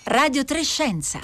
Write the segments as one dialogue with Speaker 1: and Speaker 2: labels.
Speaker 1: Radio 3 Scienza.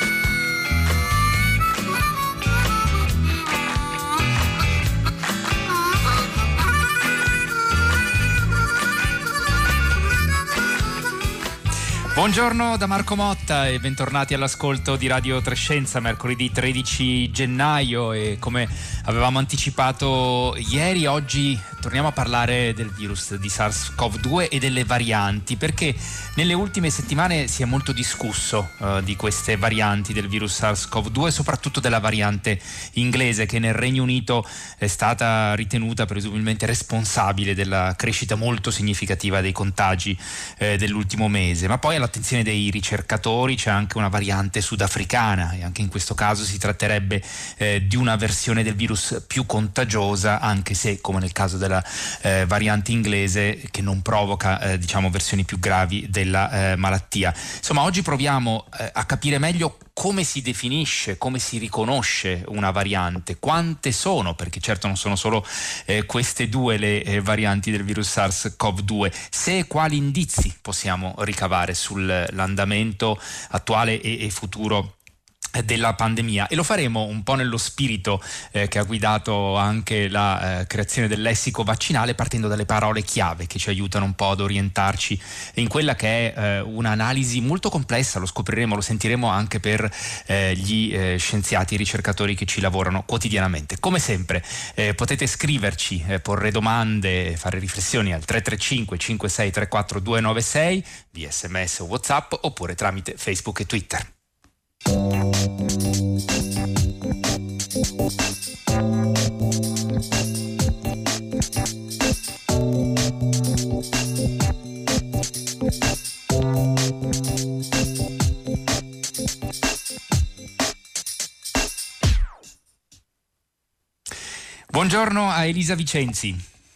Speaker 2: Buongiorno da Marco Motta e bentornati all'ascolto di Radio 3 Scienza, mercoledì 13 gennaio, e come avevamo anticipato ieri, oggi torniamo a parlare del virus di SARS-CoV-2 e delle varianti, perché nelle ultime settimane si è molto discusso di queste varianti del virus SARS-CoV-2, soprattutto della variante inglese, che nel Regno Unito è stata ritenuta presumibilmente responsabile della crescita molto significativa dei contagi dell'ultimo mese. Ma poi all'attenzione dei ricercatori c'è anche una variante sudafricana, e anche in questo caso si tratterebbe di una versione del virus più contagiosa, anche se, come nel caso della variante inglese, che non provoca versioni più gravi della malattia. Insomma, oggi proviamo a capire meglio come si definisce, come si riconosce una variante, quante sono, perché certo non sono solo queste due le varianti del virus SARS-CoV-2, se e quali indizi possiamo ricavare sull'andamento attuale e futuro della pandemia. E lo faremo un po' nello spirito che ha guidato anche la creazione del lessico vaccinale, partendo dalle parole chiave che ci aiutano un po' ad orientarci in quella che è un'analisi molto complessa. Lo scopriremo, lo sentiremo anche per gli scienziati e ricercatori che ci lavorano quotidianamente. Come sempre potete scriverci, porre domande, fare riflessioni al 335 5634 296 via SMS o WhatsApp, oppure tramite Facebook e Twitter. Buongiorno a Elisa Vicenzi.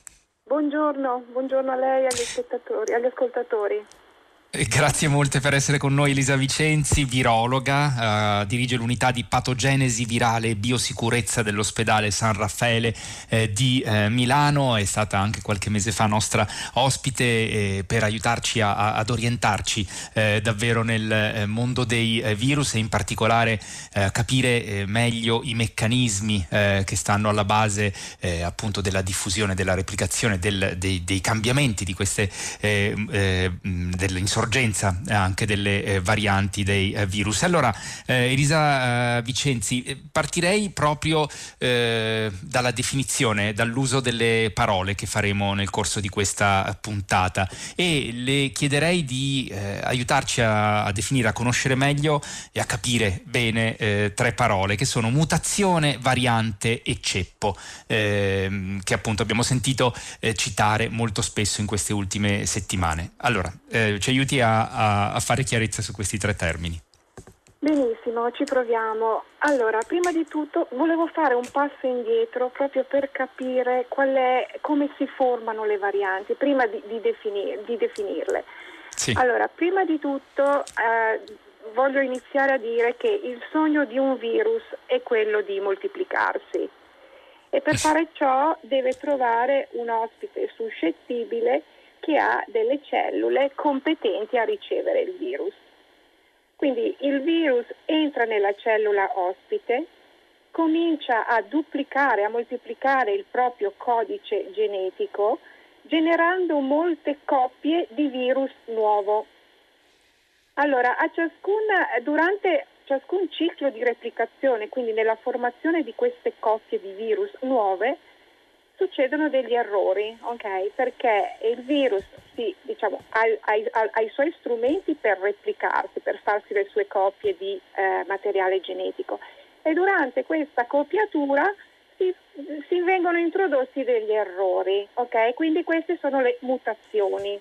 Speaker 3: Buongiorno a lei e agli ascoltatori.
Speaker 2: Grazie molte per essere con noi. Elisa Vicenzi, virologa, dirige l'unità di patogenesi virale e biosicurezza dell'ospedale San Raffaele di Milano. È stata anche qualche mese fa nostra ospite per aiutarci ad orientarci davvero nel mondo dei virus, e in particolare capire meglio i meccanismi che stanno alla base appunto della diffusione, della replicazione, dei cambiamenti di queste dell'insorgenza anche delle varianti dei virus. Allora, Elisa Vicenzi, partirei proprio dalla definizione, dall'uso delle parole che faremo nel corso di questa puntata, e le chiederei di aiutarci a definire, a conoscere meglio e a capire bene tre parole, che sono mutazione, variante e ceppo, che appunto abbiamo sentito citare molto spesso in queste ultime settimane. Allora, ci aiuti a fare chiarezza su questi tre termini.
Speaker 3: Benissimo, ci proviamo. Allora, prima di tutto volevo fare un passo indietro proprio per capire come si formano le varianti, prima di definirle.
Speaker 2: Sì.
Speaker 3: Allora, prima di tutto voglio iniziare a dire che il sogno di un virus è quello di moltiplicarsi, e per fare ciò deve trovare un ospite suscettibile che ha delle cellule competenti a ricevere il virus. Quindi il virus entra nella cellula ospite, comincia a duplicare, a moltiplicare il proprio codice genetico, generando molte coppie di virus nuovo. Allora, durante ciascun ciclo di replicazione, quindi nella formazione di queste coppie di virus nuove, succedono degli errori, ok? Perché il virus ha i suoi strumenti per replicarsi, per farsi le sue coppie di materiale genetico, e durante questa copiatura si vengono introdotti degli errori, ok? Quindi queste sono le mutazioni.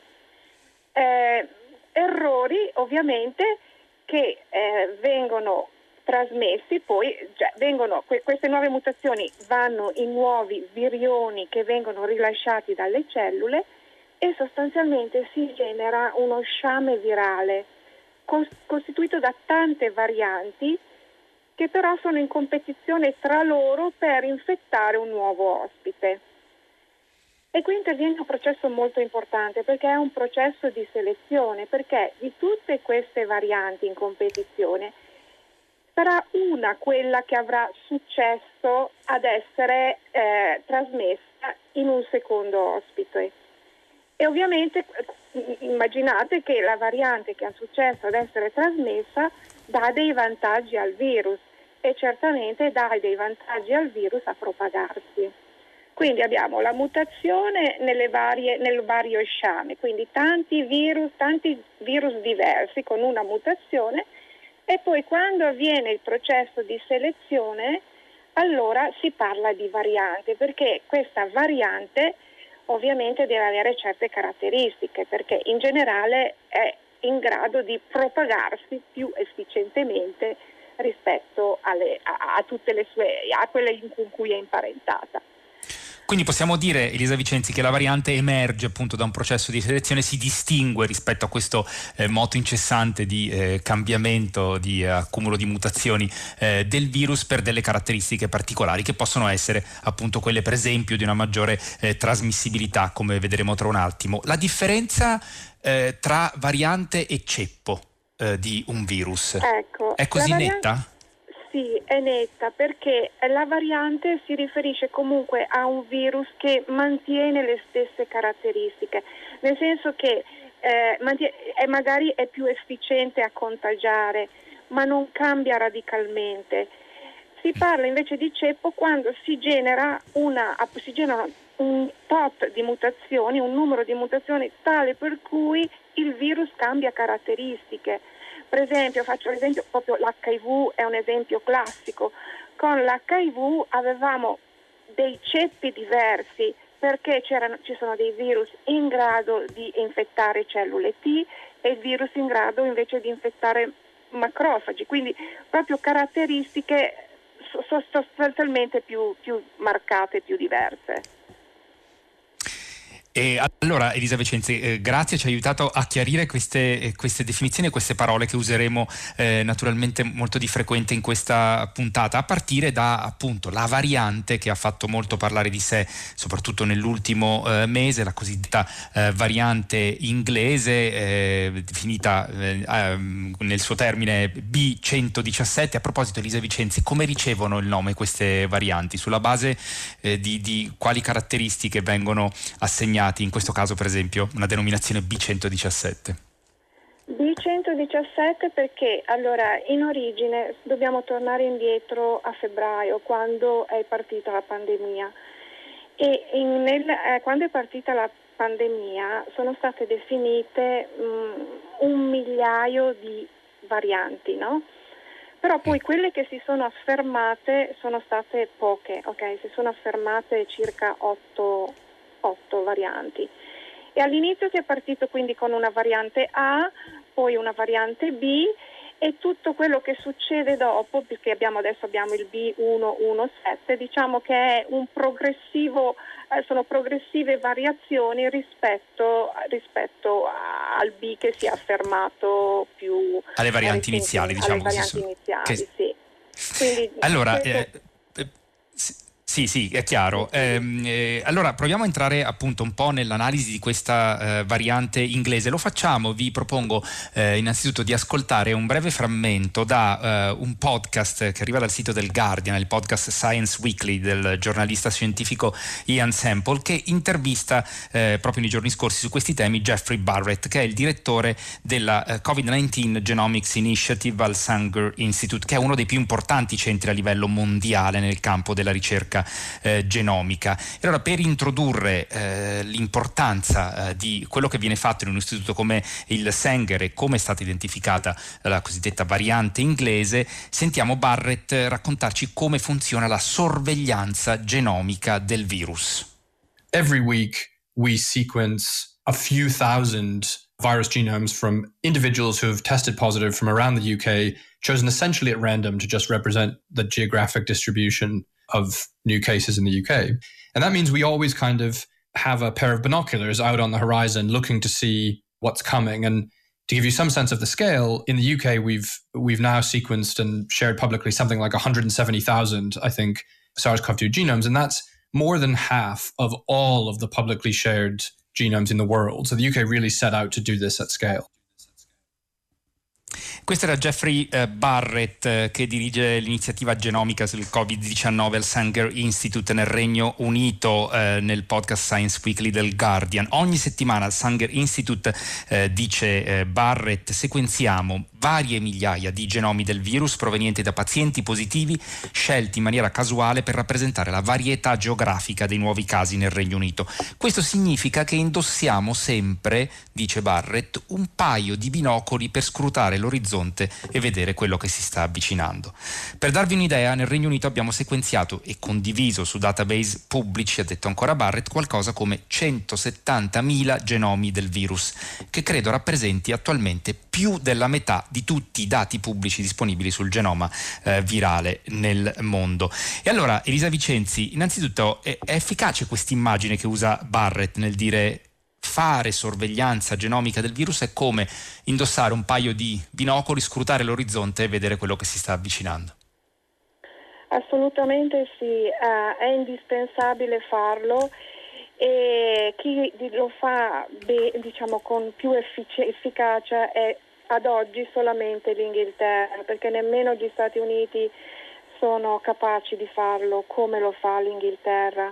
Speaker 3: Errori ovviamente che vengono trasmessi, poi queste nuove mutazioni vanno in nuovi virioni che vengono rilasciati dalle cellule, e sostanzialmente si genera uno sciame virale costituito da tante varianti che però sono in competizione tra loro per infettare un nuovo ospite. E qui interviene un processo molto importante, perché è un processo di selezione, perché di tutte queste varianti in competizione sarà una quella che avrà successo ad essere trasmessa in un secondo ospite. E ovviamente immaginate che la variante che ha successo ad essere trasmessa dà dei vantaggi al virus e certamente dà dei vantaggi al virus a propagarsi. Quindi abbiamo la mutazione nel vario sciame, quindi tanti virus diversi con una mutazione, e poi quando avviene il processo di selezione allora si parla di variante, perché questa variante ovviamente deve avere certe caratteristiche, perché in generale è in grado di propagarsi più efficientemente rispetto a tutte a quelle con cui è imparentata.
Speaker 2: Quindi possiamo dire, Elisa Vicenzi, che la variante emerge appunto da un processo di selezione, si distingue rispetto a questo moto incessante di cambiamento, di accumulo di mutazioni del virus per delle caratteristiche particolari che possono essere appunto quelle per esempio di una maggiore trasmissibilità, come vedremo tra un attimo. La differenza tra variante e ceppo di un virus è così netta?
Speaker 3: Sì, è netta, perché la variante si riferisce comunque a un virus che mantiene le stesse caratteristiche, nel senso che magari è più efficiente a contagiare, ma non cambia radicalmente. Si parla invece di ceppo quando si genera un tot di mutazioni, un numero di mutazioni tale per cui il virus cambia caratteristiche. Per esempio, faccio l'esempio, proprio l'HIV è un esempio classico. Con l'HIV avevamo dei ceppi diversi perché ci sono dei virus in grado di infettare cellule T e virus in grado invece di infettare macrofagi, quindi proprio caratteristiche sostanzialmente più marcate, più diverse.
Speaker 2: E allora Elisa Vicenzi, grazie, ci ha aiutato a chiarire queste definizioni e queste parole che useremo naturalmente molto di frequente in questa puntata, a partire da appunto la variante che ha fatto molto parlare di sé soprattutto nell'ultimo mese, la cosiddetta variante inglese definita nel suo termine B117. A proposito, Elisa Vicenzi, come ricevono il nome queste varianti? Sulla base di quali caratteristiche vengono assegnate? In questo caso, per esempio, una denominazione B117.
Speaker 3: B117 perché allora in origine dobbiamo tornare indietro a febbraio, quando è partita la pandemia, e quando è partita la pandemia sono state definite 1.000.000 di varianti, no? Però poi quelle che si sono affermate sono state poche, ok? Si sono affermate circa 8 varianti, e all'inizio si è partito quindi con una variante A, poi una variante B, e tutto quello che succede dopo, perché adesso abbiamo il B117, diciamo che è un progressivo, sono progressive variazioni rispetto al B che si è affermato più
Speaker 2: alle varianti iniziali, diciamo così.
Speaker 3: Sì. Quindi,
Speaker 2: allora Sì, è chiaro. Allora proviamo a entrare appunto un po' nell'analisi di questa variante inglese. Lo facciamo, vi propongo innanzitutto di ascoltare un breve frammento da un podcast che arriva dal sito del Guardian, il podcast Science Weekly del giornalista scientifico Ian Sample, che intervista proprio nei giorni scorsi su questi temi Jeffrey Barrett, che è il direttore della COVID-19 Genomics Initiative al Sanger Institute, che è uno dei più importanti centri a livello mondiale nel campo della ricerca genomica. E allora, per introdurre l'importanza di quello che viene fatto in un istituto come il Sanger e come è stata identificata la cosiddetta variante inglese, sentiamo Barrett raccontarci come funziona la sorveglianza genomica del virus.
Speaker 1: Every week we sequence a few thousand virus genomes from individuals who have tested positive from around the UK, chosen essentially at random to just represent the geographic distribution of new cases in the UK. And that means we always kind of have a pair of binoculars out on the horizon looking to see what's coming. And to give you some sense of the scale, in the UK we've now sequenced and shared publicly something like 170,000, I think, SARS-CoV-2 genomes, and that's more than half of all of the publicly shared genomes in the world. So the UK really set out to do this at scale.
Speaker 2: Questo era Jeffrey Barrett, che dirige l'iniziativa genomica sul Covid-19 al Sanger Institute nel Regno Unito, nel podcast Science Weekly del Guardian. Ogni settimana al Sanger Institute, dice Barrett, sequenziamo varie migliaia di genomi del virus provenienti da pazienti positivi scelti in maniera casuale per rappresentare la varietà geografica dei nuovi casi nel Regno Unito. Questo significa che indossiamo sempre, dice Barrett, un paio di binocoli per scrutare l'orizzonte e vedere quello che si sta avvicinando. Per darvi un'idea, nel Regno Unito abbiamo sequenziato e condiviso su database pubblici, ha detto ancora Barrett, qualcosa come 170.000 genomi del virus, che credo rappresenti attualmente più della metà di tutti i dati pubblici disponibili sul genoma virale nel mondo. E allora, Elisa Vicenzi, innanzitutto è efficace questa immagine che usa Barrett nel dire fare sorveglianza genomica del virus è come indossare un paio di binocoli, scrutare l'orizzonte e vedere quello che si sta avvicinando?
Speaker 3: Assolutamente sì, è indispensabile farlo, e chi lo fa diciamo con più efficacia è ad oggi solamente l'Inghilterra, perché nemmeno gli Stati Uniti sono capaci di farlo come lo fa l'Inghilterra.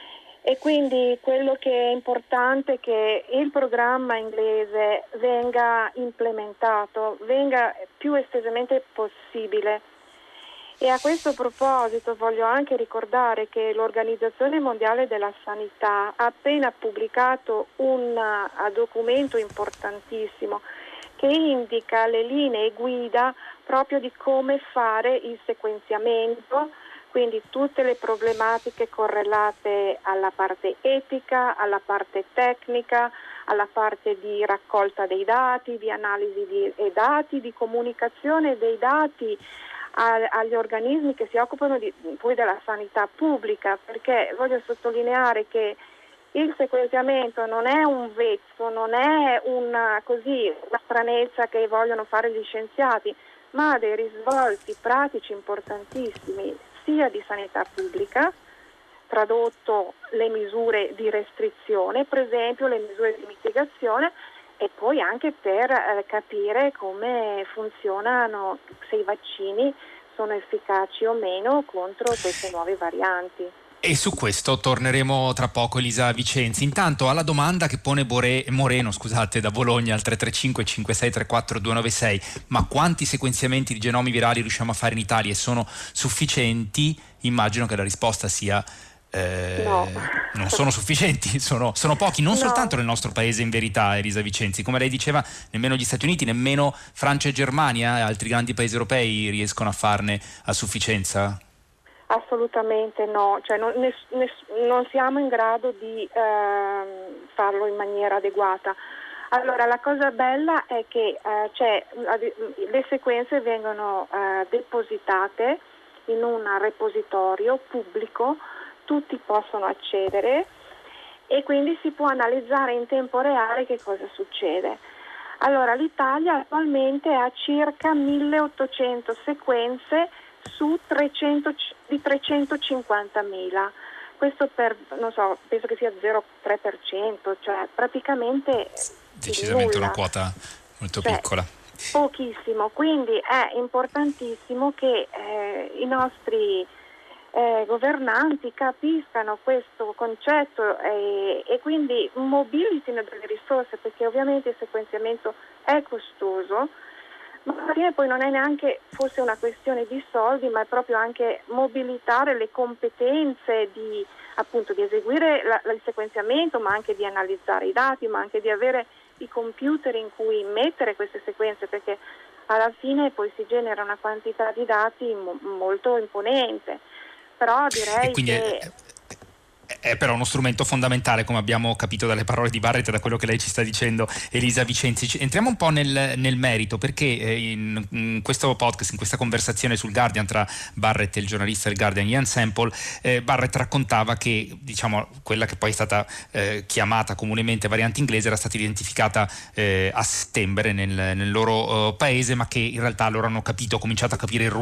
Speaker 3: E quindi quello che è importante è che il programma inglese venga implementato, venga più estesamente possibile. E a questo proposito voglio anche ricordare che l'Organizzazione Mondiale della Sanità ha appena pubblicato un documento importantissimo che indica le linee guida proprio di come fare il sequenziamento, quindi tutte le problematiche correlate alla parte etica, alla parte tecnica, alla parte di raccolta dei dati, di analisi dei dati, di comunicazione dei dati agli organismi che si occupano poi della sanità pubblica, perché voglio sottolineare che il sequenziamento non è un vezzo, non è una stranezza che vogliono fare gli scienziati, ma ha dei risvolti pratici importantissimi, sia di sanità pubblica, tradotto le misure di restrizione, per esempio le misure di mitigazione, e poi anche per capire come funzionano, se i vaccini sono efficaci o meno contro queste nuove varianti.
Speaker 2: E su questo torneremo tra poco, Elisa Vicenzi. Intanto alla domanda che pone Moreno da Bologna al 335 5634 296, ma quanti sequenziamenti di genomi virali riusciamo a fare in Italia e sono sufficienti? Immagino che la risposta sia
Speaker 3: no.
Speaker 2: Non sono sufficienti, sono pochi, non
Speaker 3: no.
Speaker 2: soltanto nel nostro paese, in verità, Elisa Vicenzi. Come lei diceva, nemmeno gli Stati Uniti, nemmeno Francia e Germania e altri grandi paesi europei riescono a farne a sufficienza?
Speaker 3: Assolutamente no, cioè non siamo in grado di farlo in maniera adeguata. Allora, la cosa bella è che le sequenze vengono depositate in un repositorio pubblico, tutti possono accedere e quindi si può analizzare in tempo reale che cosa succede. Allora, l'Italia attualmente ha circa 1800 sequenze su 350.000. Questo penso che sia 0,3%, cioè praticamente
Speaker 2: decisamente
Speaker 3: nulla.
Speaker 2: Una quota molto piccola.
Speaker 3: Pochissimo, quindi è importantissimo che i nostri governanti capiscano questo concetto e quindi mobilitino delle risorse, perché ovviamente il sequenziamento è costoso, ma alla fine poi non è neanche forse una questione di soldi, ma è proprio anche mobilitare le competenze di eseguire il sequenziamento, ma anche di analizzare i dati, ma anche di avere i computer in cui mettere queste sequenze, perché alla fine poi si genera una quantità di dati molto imponente. Però direi che
Speaker 2: è però uno strumento fondamentale, come abbiamo capito dalle parole di Barrett e da quello che lei ci sta dicendo, Elisa Vicenzi. Entriamo un po' nel merito, perché in questo podcast, in questa conversazione sul Guardian tra Barrett e il giornalista del Guardian Ian Sample, Barrett raccontava che quella che poi è stata chiamata comunemente variante inglese era stata identificata a settembre nel loro paese, ma che in realtà loro hanno cominciato a capire il ruolo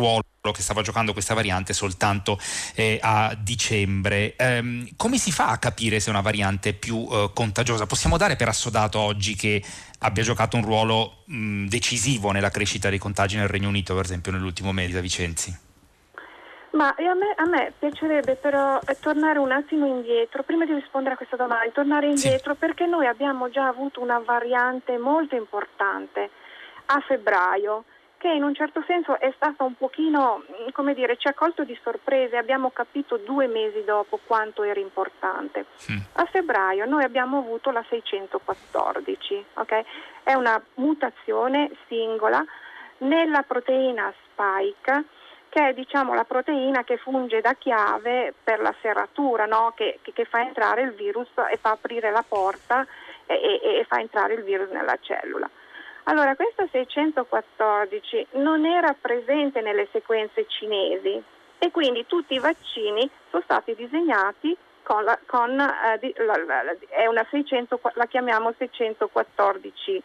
Speaker 2: che stava giocando questa variante soltanto a dicembre. Come si fa a capire se è una variante più contagiosa? Possiamo dare per assodato oggi che abbia giocato un ruolo decisivo nella crescita dei contagi nel Regno Unito, per esempio nell'ultimo mese, da Vicenzi?
Speaker 3: Ma a me piacerebbe però tornare un attimo indietro, prima di rispondere a questa domanda, tornare indietro perché noi abbiamo già avuto una variante molto importante a febbraio, che in un certo senso è stata un pochino, come dire, ci ha colto di sorpresa e abbiamo capito 2 mesi dopo quanto era importante. A febbraio noi abbiamo avuto la 614, ok? È una mutazione singola nella proteina spike, che è diciamo la proteina che funge da chiave per la serratura, no? che fa entrare il virus e fa aprire la porta e fa entrare il virus nella cellula. Allora, questa 614 non era presente nelle sequenze cinesi e quindi tutti i vaccini sono stati disegnati è una 600, la chiamiamo 614D.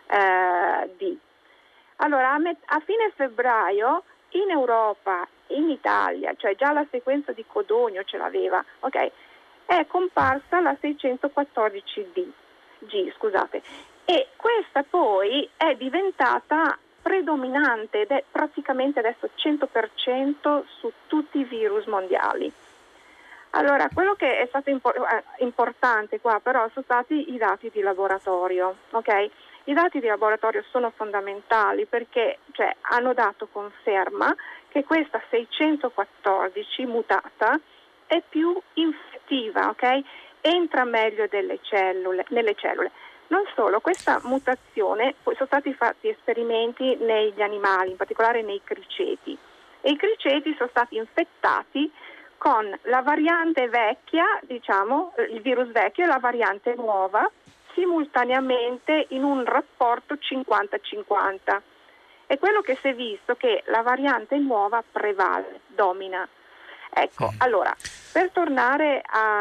Speaker 3: Allora, a fine febbraio in Europa, in Italia, cioè già la sequenza di Codogno ce l'aveva, ok? È comparsa la 614G, scusate. E questa poi è diventata predominante ed è praticamente adesso 100% su tutti i virus mondiali. Allora, quello che è stato importante qua però sono stati i dati di laboratorio, ok? I dati di laboratorio sono fondamentali perché hanno dato conferma che questa 614 mutata è più infettiva, ok? Entra meglio nelle cellule. Non solo, questa mutazione, poi sono stati fatti esperimenti negli animali, in particolare nei criceti, e i criceti sono stati infettati con la variante vecchia, diciamo, il virus vecchio e la variante nuova, simultaneamente in un rapporto 50-50. E quello che si è visto è che la variante nuova prevale, domina. Ecco, allora, per tornare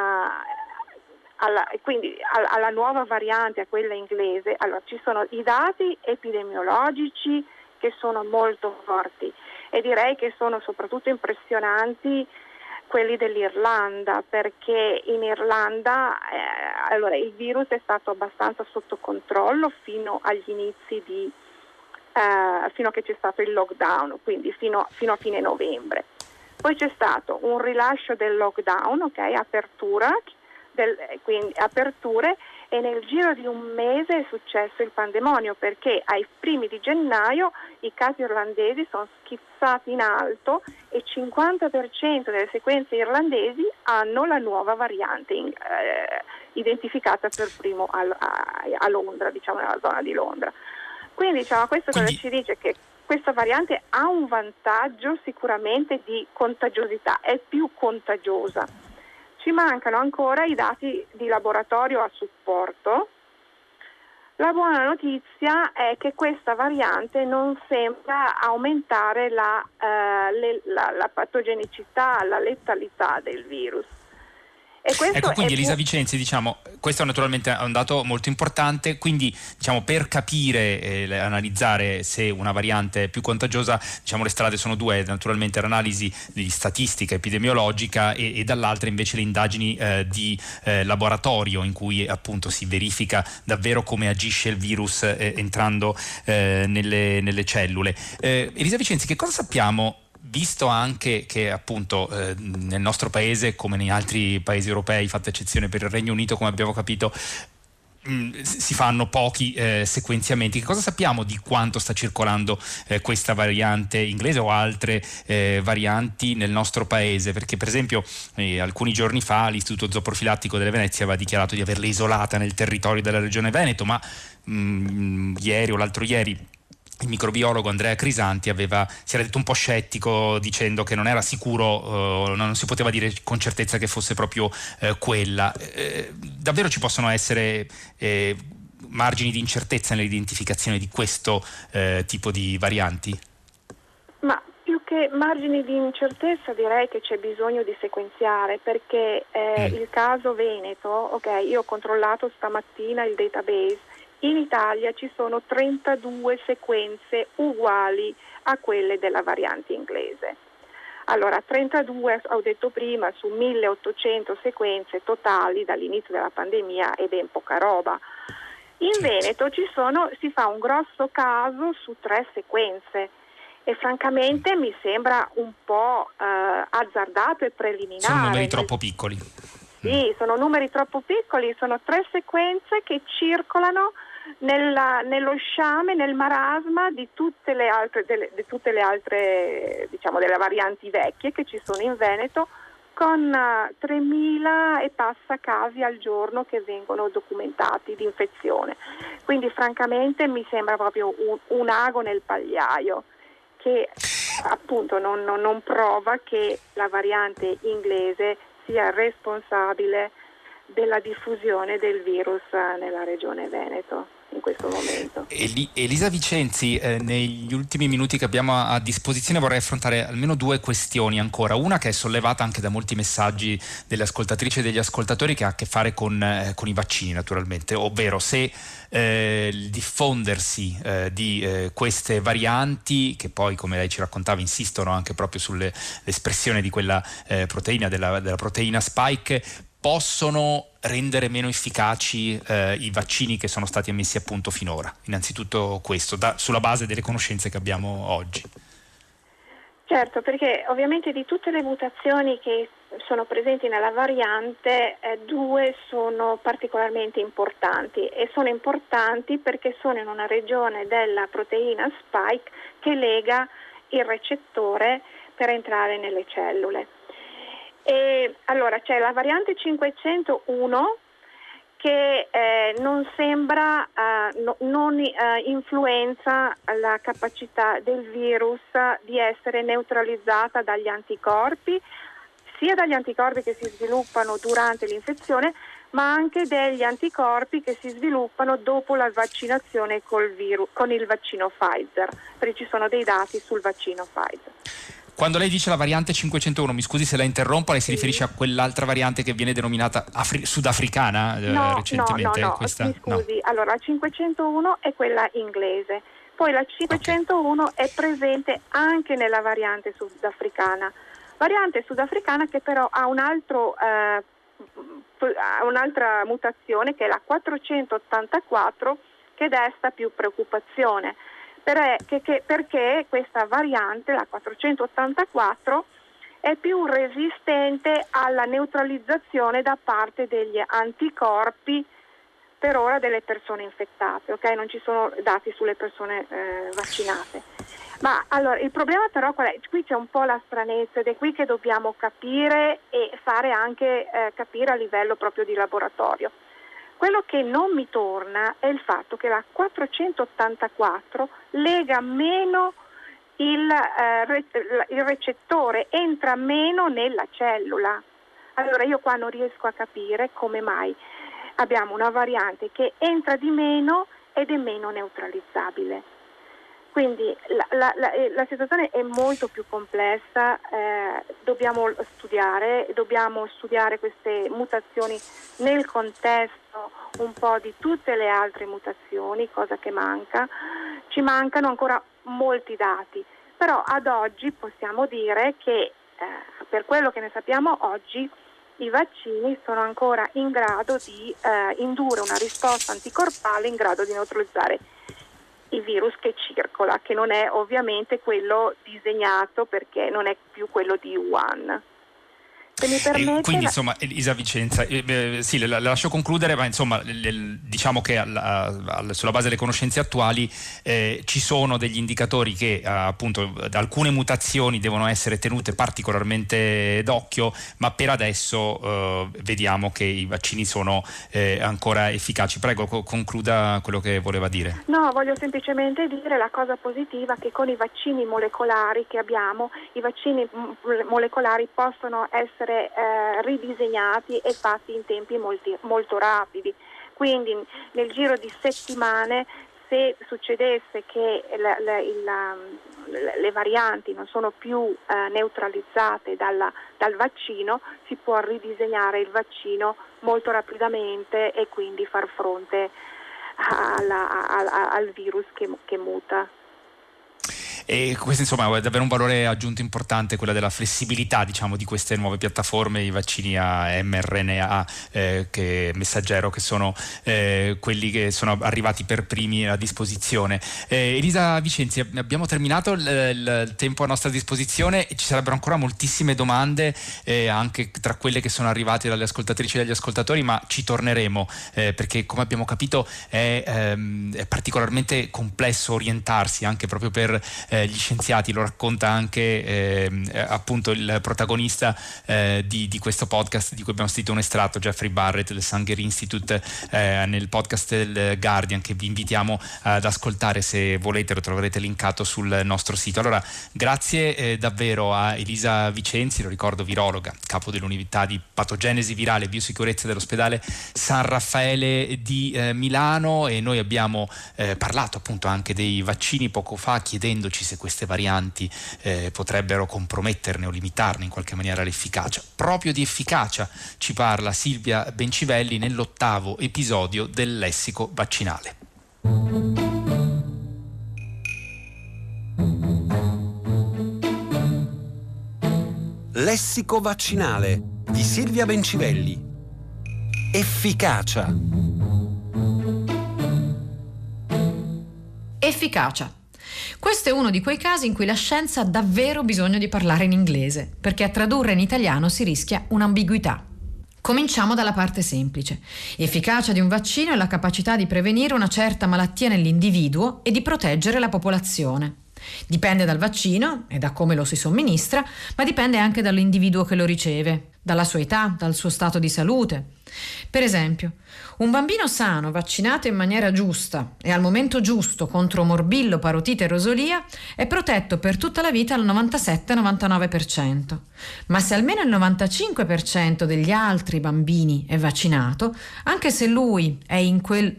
Speaker 3: alla nuova variante, a quella inglese, allora ci sono i dati epidemiologici che sono molto forti e direi che sono soprattutto impressionanti quelli dell'Irlanda, perché in Irlanda allora il virus è stato abbastanza sotto controllo fino agli inizi fino a che c'è stato il lockdown, quindi fino a fine novembre. Poi c'è stato un rilascio del lockdown, ok, quindi aperture, e nel giro di un mese è successo il pandemonio, perché ai primi di gennaio i casi irlandesi sono schizzati in alto e il 50% delle sequenze irlandesi hanno la nuova variante identificata per primo a Londra, diciamo nella zona di Londra. Quindi diciamo, questo cosa ci dice? Che questa variante ha un vantaggio sicuramente di contagiosità, è più contagiosa. Ci mancano ancora i dati di laboratorio a supporto. La buona notizia è che questa variante non sembra aumentare la patogenicità, la letalità del virus.
Speaker 2: Ecco, quindi Elisa Vicenzi, diciamo, questo è naturalmente un dato molto importante, quindi diciamo, per capire e analizzare se una variante è più contagiosa, diciamo, le strade sono due, naturalmente l'analisi di statistica epidemiologica e dall'altra invece le indagini di laboratorio, in cui appunto si verifica davvero come agisce il virus entrando nelle cellule. Elisa Vicenzi, che cosa sappiamo, visto anche che appunto nel nostro paese, come negli altri paesi europei, fatta eccezione per il Regno Unito, come abbiamo capito, si fanno pochi sequenziamenti. Che cosa sappiamo di quanto sta circolando questa variante inglese o altre varianti nel nostro paese? Perché per esempio alcuni giorni fa l'Istituto Zooprofilattico delle Venezie aveva dichiarato di averla isolata nel territorio della regione Veneto, ma ieri o l'altro ieri il microbiologo Andrea Crisanti si era detto un po' scettico, dicendo che non era sicuro, non si poteva dire con certezza che fosse proprio quella. Davvero ci possono essere margini di incertezza nell'identificazione di questo tipo di varianti?
Speaker 3: Ma più che margini di incertezza direi che c'è bisogno di sequenziare, perché il caso Veneto, ok, io ho controllato stamattina il database, in Italia ci sono 32 sequenze uguali a quelle della variante inglese. Allora, 32, ho detto prima, su 1800 sequenze totali dall'inizio della pandemia è ben poca roba. In Veneto si fa un grosso caso su 3 sequenze e francamente mi sembra un po' azzardato e preliminare.
Speaker 2: Sono numeri troppo piccoli.
Speaker 3: Sì, sono numeri troppo piccoli, sono 3 sequenze che circolano nello sciame, nel marasma di tutte le altre, diciamo, delle varianti vecchie che ci sono in Veneto, con 3.000 e passa casi al giorno che vengono documentati di infezione. Quindi francamente mi sembra proprio un ago nel pagliaio, che appunto non prova che la variante inglese sia responsabile della diffusione del virus nella regione Veneto in questo momento.
Speaker 2: Elisa Vicenzi, negli ultimi minuti che abbiamo a disposizione vorrei affrontare almeno 2 questioni ancora. Una che è sollevata anche da molti messaggi delle ascoltatrici e degli ascoltatori, che ha a che fare con i vaccini, naturalmente, ovvero se il diffondersi di queste varianti, che poi, come lei ci raccontava, insistono anche proprio sull'espressione di quella proteina, della proteina spike, possono rendere meno efficaci i vaccini che sono stati ammessi a punto finora. Innanzitutto questo, sulla base delle conoscenze che abbiamo oggi.
Speaker 3: Certo, perché ovviamente di tutte le mutazioni che sono presenti nella variante, 2 sono particolarmente importanti, e sono importanti perché sono in una regione della proteina spike che lega il recettore per entrare nelle cellule. E allora c'è la variante 501 che non sembra, non influenza la capacità del virus di essere neutralizzata dagli anticorpi, sia dagli anticorpi che si sviluppano durante l'infezione, ma anche degli anticorpi che si sviluppano dopo la vaccinazione con il vaccino Pfizer, perché ci sono dei dati sul vaccino Pfizer.
Speaker 2: Quando lei dice la variante 501, mi scusi se la interrompo, lei si riferisce a quell'altra variante che viene denominata sudafricana recentemente?
Speaker 3: No, mi scusi. No. Allora, la 501 è quella inglese, poi la 501 è presente anche nella variante sudafricana che però ha un'altra mutazione, che è la 484, che desta più preoccupazione. Perché questa variante, la 484, è più resistente alla neutralizzazione da parte degli anticorpi per ora delle persone infettate, ok? Non ci sono dati sulle persone vaccinate. Ma allora il problema però qual è? Qui c'è un po' la stranezza, ed è qui che dobbiamo capire e fare anche capire a livello proprio di laboratorio. Quello che non mi torna è il fatto che la 484 lega meno il recettore, entra meno nella cellula. Allora io qua non riesco a capire come mai abbiamo una variante che entra di meno ed è meno neutralizzabile. Quindi la situazione è molto più complessa, dobbiamo studiare queste mutazioni nel contesto un po' di tutte le altre mutazioni, cosa che manca. Ci mancano ancora molti dati, però ad oggi possiamo dire che per quello che ne sappiamo oggi i vaccini sono ancora in grado di indurre una risposta anticorpale in grado di neutralizzare il virus che circola, che non è ovviamente quello disegnato, perché non è più quello di Wuhan. Se mi permette,
Speaker 2: quindi insomma, Elisa Vicenza, sì, la lascio concludere, ma insomma diciamo che sulla base delle conoscenze attuali ci sono degli indicatori che appunto alcune mutazioni devono essere tenute particolarmente d'occhio, ma per adesso vediamo che i vaccini sono ancora efficaci. Prego, concluda quello che voleva dire.
Speaker 3: No, voglio semplicemente dire la cosa positiva, che con i vaccini molecolari che abbiamo, i vaccini molecolari possono essere ridisegnati e fatti in tempi molto rapidi. Quindi nel giro di settimane, se succedesse che le varianti non sono più neutralizzate dal vaccino, si può ridisegnare il vaccino molto rapidamente e quindi far fronte al virus che muta.
Speaker 2: E questo insomma è davvero un valore aggiunto importante, quella della flessibilità, diciamo, di queste nuove piattaforme, i vaccini a mRNA che messaggero, che sono quelli che sono arrivati per primi a disposizione. Elisa Vicenzi, abbiamo terminato il tempo a nostra disposizione e ci sarebbero ancora moltissime domande, anche tra quelle che sono arrivate dalle ascoltatrici e dagli ascoltatori, ma ci torneremo perché, come abbiamo capito, è particolarmente complesso orientarsi anche proprio per gli scienziati. Lo racconta anche appunto il protagonista di questo podcast di cui abbiamo sentito un estratto, Jeffrey Barrett del Sanger Institute, nel podcast del Guardian, che vi invitiamo ad ascoltare se volete, lo troverete linkato sul nostro sito. Allora, grazie davvero a Elisa Vicenzi, lo ricordo, virologa, capo dell'unità di patogenesi virale e biosicurezza dell'ospedale San Raffaele di Milano, e noi abbiamo parlato appunto anche dei vaccini poco fa, chiedendoci se queste varianti potrebbero comprometterne o limitarne in qualche maniera l'efficacia. Proprio di efficacia ci parla Silvia Bencivelli nell'8º episodio del Lessico Vaccinale.
Speaker 4: Lessico Vaccinale di Silvia Bencivelli. Efficacia.
Speaker 5: Efficacia. Questo è uno di quei casi in cui la scienza ha davvero bisogno di parlare in inglese, perché a tradurre in italiano si rischia un'ambiguità. Cominciamo dalla parte semplice. Efficacia di un vaccino è la capacità di prevenire una certa malattia nell'individuo e di proteggere la popolazione. Dipende dal vaccino e da come lo si somministra, ma dipende anche dall'individuo che lo riceve, dalla sua età, dal suo stato di salute. Per esempio, un bambino sano, vaccinato in maniera giusta e al momento giusto contro morbillo, parotite e rosolia, è protetto per tutta la vita al 97-99%. Ma se almeno il 95% degli altri bambini è vaccinato, anche se lui è in quel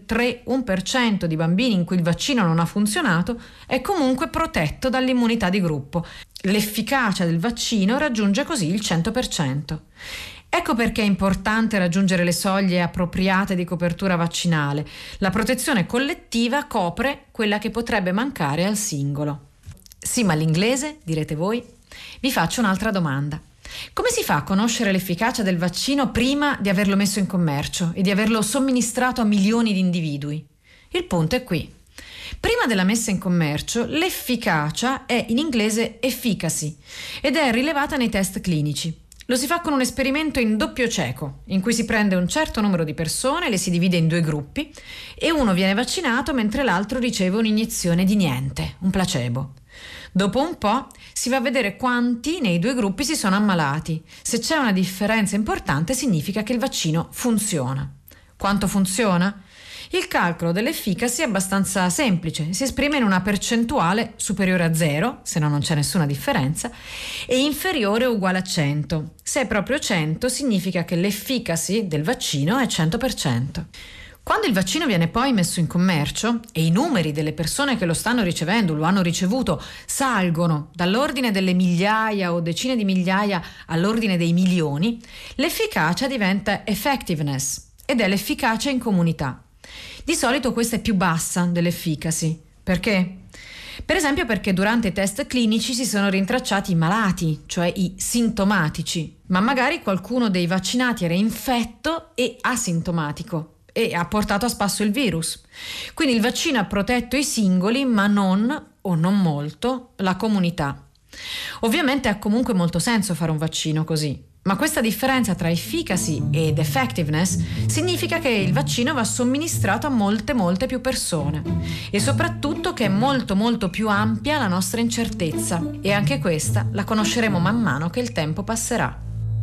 Speaker 5: 3-1% di bambini in cui il vaccino non ha funzionato, è comunque protetto dall'immunità di gruppo. L'efficacia del vaccino raggiunge così il 100%. Ecco perché è importante raggiungere le soglie appropriate di copertura vaccinale. La protezione collettiva copre quella che potrebbe mancare al singolo. Sì, ma l'inglese, direte voi? Vi faccio un'altra domanda. Come si fa a conoscere l'efficacia del vaccino prima di averlo messo in commercio e di averlo somministrato a milioni di individui? Il punto è qui. Prima della messa in commercio, l'efficacia è in inglese efficacy ed è rilevata nei test clinici. Lo si fa con un esperimento in doppio cieco, in cui si prende un certo numero di persone, le si divide in 2 gruppi e uno viene vaccinato mentre l'altro riceve un'iniezione di niente, un placebo. Dopo un po' si va a vedere quanti nei 2 gruppi si sono ammalati. Se c'è una differenza importante significa che il vaccino funziona. Quanto funziona? Il calcolo dell'efficacy è abbastanza semplice, si esprime in una percentuale superiore a 0, se no non c'è nessuna differenza, e inferiore o uguale a 100. Se è proprio 100 significa che l'efficacy del vaccino è 100%. Quando il vaccino viene poi messo in commercio e i numeri delle persone che lo stanno ricevendo, lo hanno ricevuto, salgono dall'ordine delle migliaia o decine di migliaia all'ordine dei milioni, l'efficacia diventa effectiveness ed è l'efficacia in comunità. Di solito questa è più bassa dell'efficacy. Perché? Per esempio perché durante i test clinici si sono rintracciati i malati, cioè i sintomatici, ma magari qualcuno dei vaccinati era infetto e asintomatico e ha portato a spasso il virus. Quindi il vaccino ha protetto i singoli, ma non, o non molto, la comunità. Ovviamente ha comunque molto senso fare un vaccino così. Ma questa differenza tra efficacy ed effectiveness significa che il vaccino va somministrato a molte più persone e soprattutto che è molto più ampia la nostra incertezza, e anche questa la conosceremo man mano che il tempo passerà.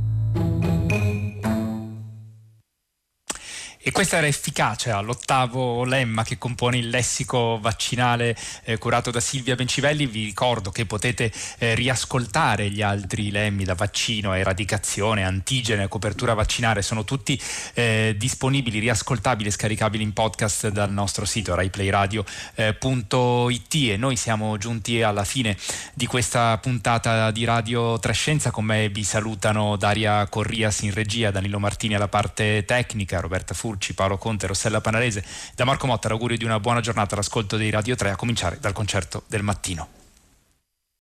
Speaker 2: E questa era efficacia, l'8º lemma che compone il lessico vaccinale curato da Silvia Bencivelli. Vi ricordo che potete riascoltare gli altri lemmi, da vaccino a eradicazione, antigene, copertura vaccinale, sono tutti disponibili, riascoltabili e scaricabili in podcast dal nostro sito raiplayradio.it. E noi siamo giunti alla fine di questa puntata di Radio Trescenza. Con me vi salutano Daria Corrias in regia, Danilo Martini alla parte tecnica, Roberta Fullo Fulci, Paolo Conte, Rossella Panarese. Da Marco Motta l'augurio di una buona giornata all'ascolto dei Radio 3, a cominciare dal concerto del mattino.